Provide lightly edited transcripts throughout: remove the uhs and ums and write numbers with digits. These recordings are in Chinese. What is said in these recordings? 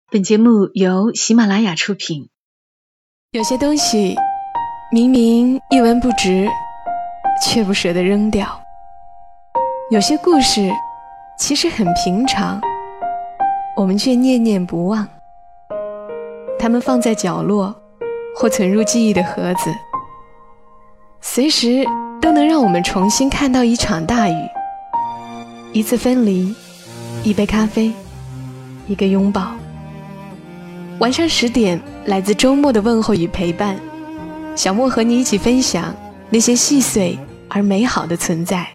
本节目由喜马拉雅出品。 有些东西明明一文不值，却不舍得扔掉；有些故事其实很平常，我们却念念不忘。它们放在角落，或存入记忆的盒子，随时都能让我们重新看到一场大雨，一次分离，一杯咖啡，一个拥抱。晚上10点，来自周末的问候与陪伴，小莫和你一起分享那些细碎而美好的存在。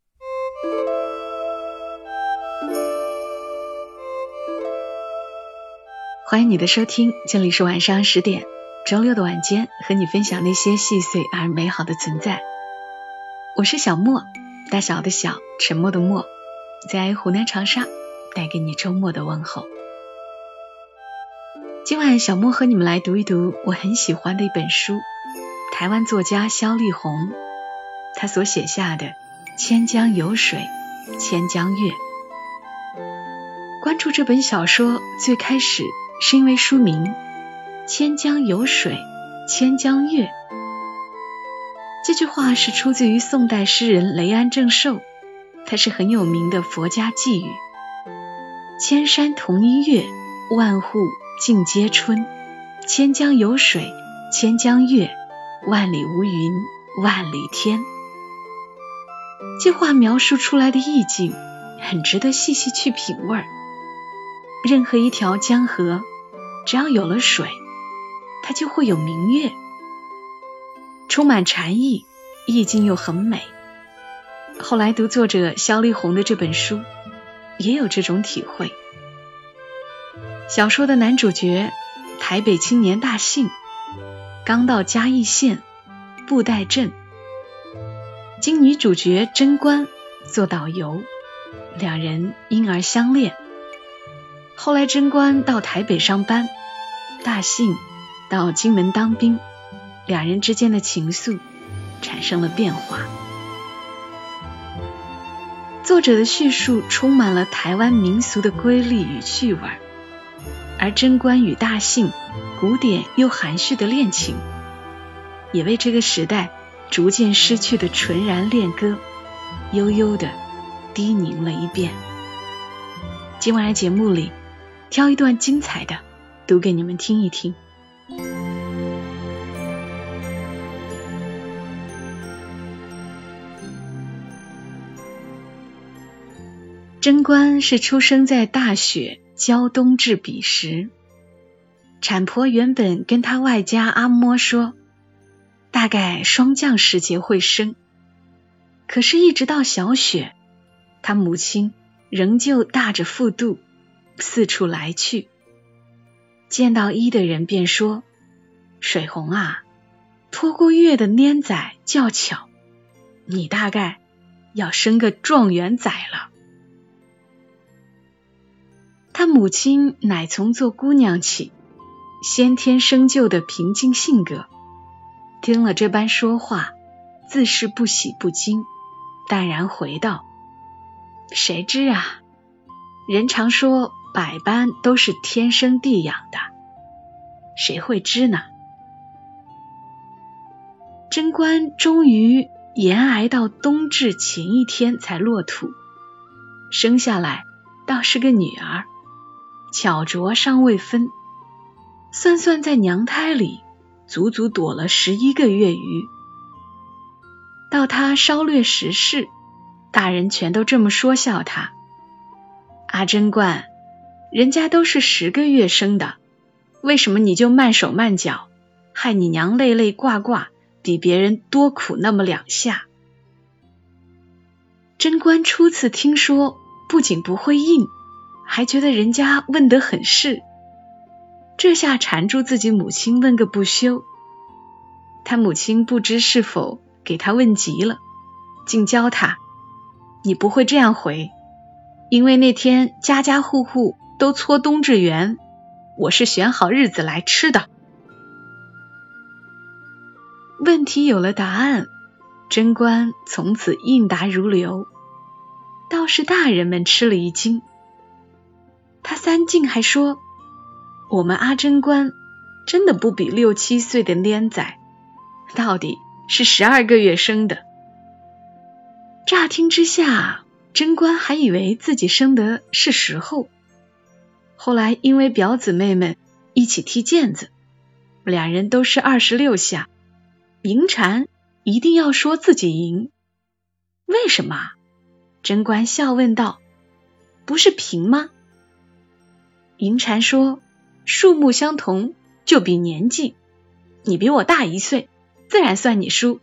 欢迎你的收听，这里是晚上10点，周六的晚间，和你分享那些细碎而美好的存在。我是小莫，大小的小，沉默的默，在湖南长沙带给你周末的问候。今晚小莫和你们来读一读我很喜欢的一本书，台湾作家萧丽红他所写下的《千江有水千江月》。关注这本小说最开始是因为书名《千江有水千江月》，这句话是出自于宋代诗人雷安正寿，他是很有名的佛家寄语：千山同一月，万户尽皆春，千江有水千江月，万里无云万里天。这话描述出来的意境很值得细细去品味。任何一条江河，只要有了水，它就会有明月，充满禅意，意境又很美。后来读作者萧丽红的这本书，也有这种体会。小说的男主角台北青年大信刚到嘉义县布袋镇，经女主角贞观做导游，两人因而相恋。后来贞观到台北上班，大信到金门当兵，两人之间的情愫产生了变化。作者的叙述充满了台湾民俗的瑰丽与趣味，而贞观与大信古典又含蓄的恋情，也为这个时代逐渐失去的纯然恋歌悠悠地低吟了一遍。今晚的节目里，挑一段精彩的读给你们听一听。贞观是出生在大雪交冬至彼时，产婆原本跟他外家阿嬷说，大概霜降时节会生，可是一直到小雪，他母亲仍旧大着腹肚四处来去。见到医的人便说，水红啊，拖过月的拈仔较巧，你大概要生个状元仔了。他母亲乃从做姑娘起，先天生就的平静性格，听了这般说话，自是不喜不惊，淡然回道，谁知啊，人常说百般都是天生地养的，谁会知呢？贞观终于延挨到冬至前一天才落土，生下来倒是个女儿，巧拙尚未分，算算在娘胎里足足躲了11个月余。到他稍略识事，大人全都这么说笑他，阿贞观，人家都是10个月生的，为什么你就慢手慢脚，害你娘累累挂挂，比别人多苦那么2下。贞观初次听说，不仅不会应，还觉得人家问得很是，这下缠住自己母亲问个不休。他母亲不知是否给他问急了，竟教他，你不会这样回，因为那天家家户户都搓冬至圆，我是选好日子来吃的。问题有了答案，贞观从此应答如流，倒是大人们吃了一惊。他3进还说， 我们阿贞观真的不比6、7岁的僆仔，到底是12个月生的。乍听之下，贞观还以为自己生的是时候。后来因为表姊妹们一起踢毽子，两人都是26下，银蟾一定要说自己赢。为什么？贞观笑问道，不是平吗？银蟾说，数目相同就比年纪，你比我大1岁，自然算你输。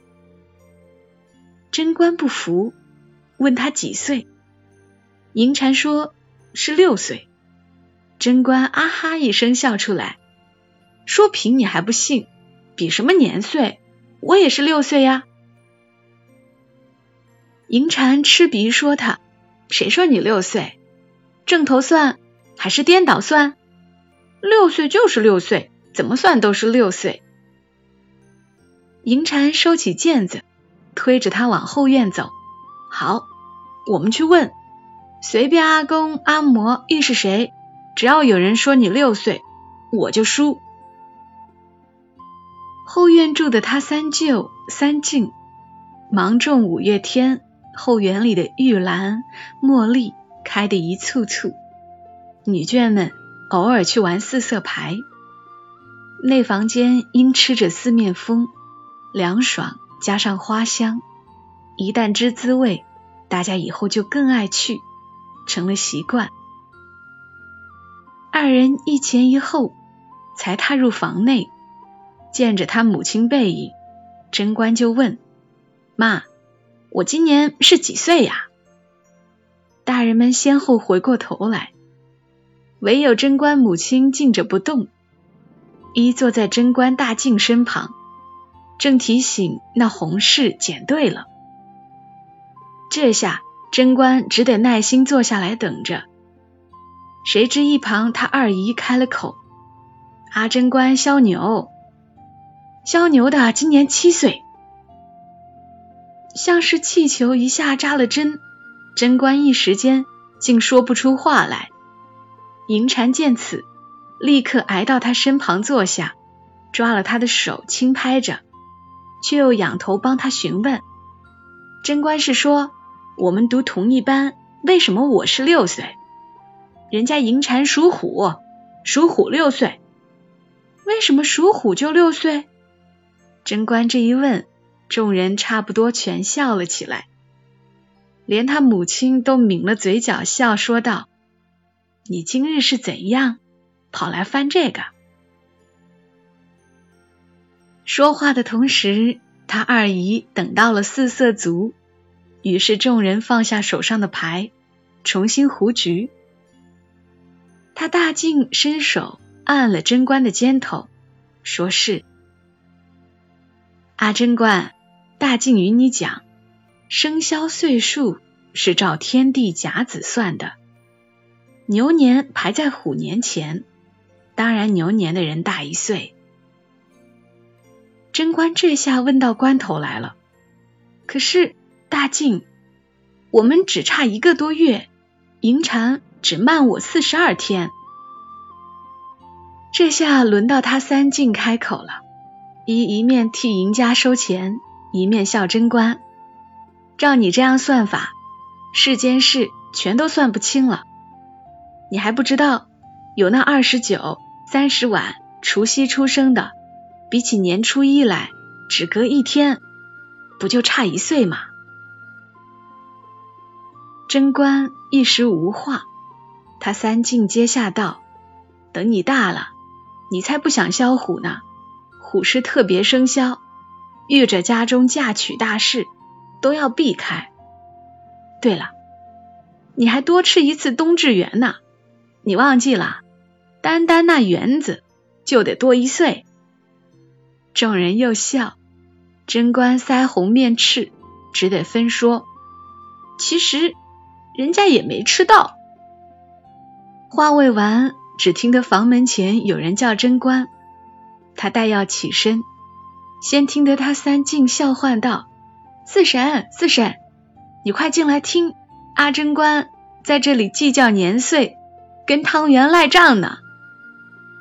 贞观不服，问他几岁。银蟾说是6岁。贞观啊哈一声笑出来，说平你还不信，比什么年岁，我也是6岁呀。银蟾吃鼻说他，谁说你6岁？正头算还是颠倒算？6岁就是6岁，怎么算都是6岁。银蟾收起毽子，推着他往后院走。好，我们去问，随便阿公阿嬷亦是谁，只要有人说你6岁，我就输。后院住的他三舅三敬，芒种5月天，后园里的玉兰茉莉开得一簇簇，女眷们偶尔去玩4色牌。内房间因吃着四面风，凉爽加上花香，一旦知滋味，大家以后就更爱去，成了习惯。二人一前一后才踏入房内，见着他母亲背影，贞观就问，妈，我今年是几岁呀？大人们先后回过头来，唯有贞观母亲静着不动，依坐在贞观大敬身旁，正提醒那红柿捡对了。这下贞观只得耐心坐下来等着。谁知一旁他二姨开了口，阿贞观肖牛的今年7岁。像是气球一下扎了针，贞观一时间竟说不出话来。银蟾见此，立刻挨到他身旁坐下，抓了他的手轻拍着，却又仰头帮他询问。贞观是说，我们读同一班，为什么我是6岁？人家银蟾属虎6岁，为什么属虎就6岁？贞观这一问，众人差不多全笑了起来，连他母亲都抿了嘴角笑，说道，你今日是怎样跑来翻这个？说话的同时，他二姨等到了4色足，于是众人放下手上的牌，重新胡局。他大敬伸手按了贞观的肩头，说是，阿贞观，大敬与你讲，生肖岁数是照天地甲子算的，牛年排在虎年前，当然牛年的人大1岁。贞观这下问到关头来了，可是大敬，我们只差1个多月，银蟾只慢我42天。这下轮到他三敬开口了，一面替赢家收钱，一面笑贞观，照你这样算法，世间事全都算不清了。你还不知道，有那29、30晚除夕出生的，比起年初一来只隔1天，不就差1岁吗？贞观一时无话，他三敬接下道，等你大了，你才不想消虎呢，虎是特别生肖，遇着家中嫁娶大事都要避开。对了，你还多吃1次冬至圆呢，你忘记了，单单那圆子就得多1岁。众人又笑，贞观腮红面赤，只得分说，其实人家也没吃到。话未完，只听得房门前有人叫贞观，他待要起身，先听得他三敬笑唤道，四婶，你快进来听，阿贞观在这里计较年岁，跟汤圆赖账呢。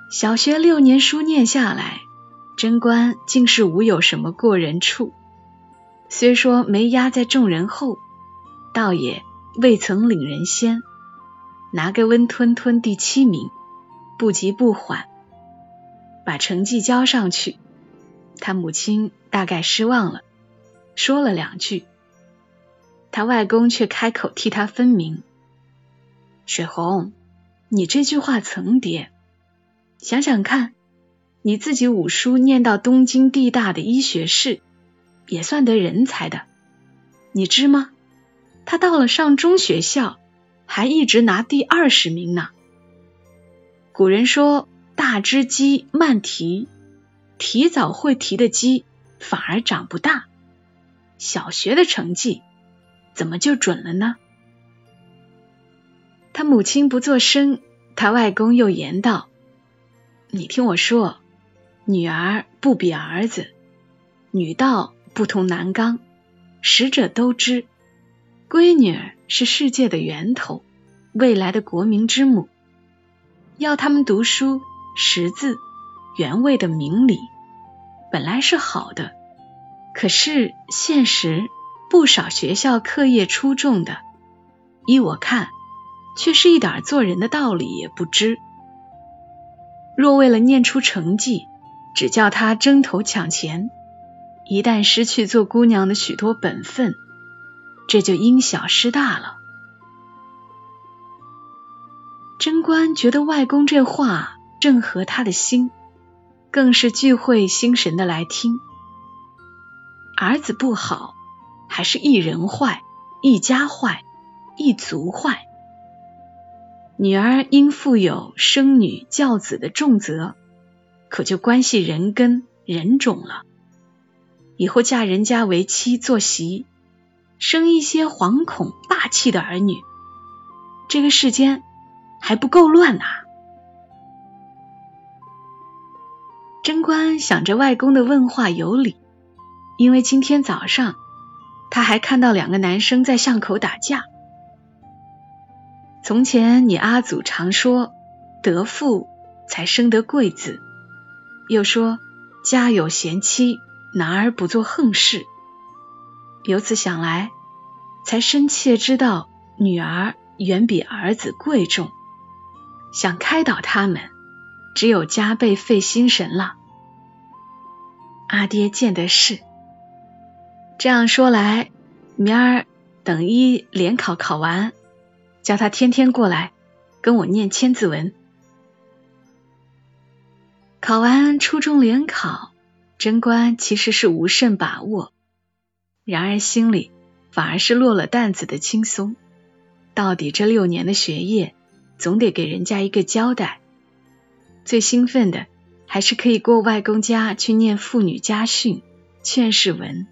小学6年书念下来，贞观竟是无有什么过人处，虽说没压在众人后，倒也未曾领人先，拿个温吞吞第7名，不急不缓，把成绩交上去。他母亲大概失望了，说了2句，他外公却开口替他分明：水红，你这句话层叠，想想看，你自己武书念到东京地大的医学士，也算得人才的，你知吗？他到了上中学校，还一直拿第20名呢。古人说大只鸡慢啼，提早会啼的鸡反而长不大，小学的成绩怎么就准了呢？他母亲不作声，他外公又言道：你听我说，女儿不比儿子，女道不同男纲，识者都知，闺女儿是世界的源头，未来的国民之母，要他们读书识字，原味的明理，本来是好的，可是现实不少学校课业出众的，依我看却是一点做人的道理也不知。若为了念出成绩，只叫他争头抢钱，一旦失去做姑娘的许多本分，这就因小失大了。贞观觉得外公这话正合他的心，更是聚会心神的来听。儿子不好，还是一人坏，一家坏，一族坏。女儿因负有生女教子的重责，可就关系人根人种了。以后嫁人家为妻做媳，生一些惶恐霸气的儿女，这个世间还不够乱啊。贞观想着外公的问话有理，因为今天早上他还看到2个男生在巷口打架。从前你阿祖常说得富才生得贵子，又说家有贤妻，男儿不做横事。由此想来，才深切知道女儿远比儿子贵重，想开导他们，只有加倍费心神了。阿爹见的是。这样说来，明儿等一联考考完，叫他天天过来跟我念千字文。考完初中联考，贞观其实是无甚把握，然而心里反而是落了担子的轻松。到底这6年的学业总得给人家一个交代，最兴奋的还是可以过外公家去念妇女家训、劝世文。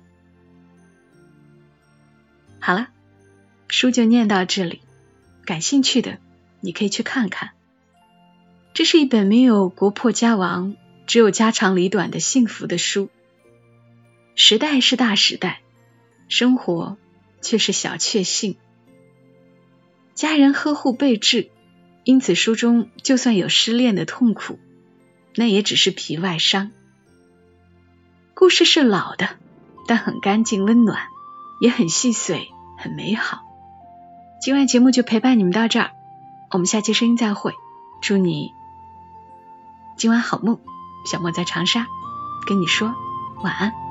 好了，书就念到这里，感兴趣的你可以去看看。这是一本没有国破家亡，只有家长里短的幸福的书。时代是大时代，生活却是小确幸。家人呵护备至，因此书中就算有失恋的痛苦，那也只是皮外伤。故事是老的，但很干净温暖，也很细碎，很美好。今晚节目就陪伴你们到这儿，我们下期声音再会，祝你今晚好梦。小莫在长沙跟你说晚安。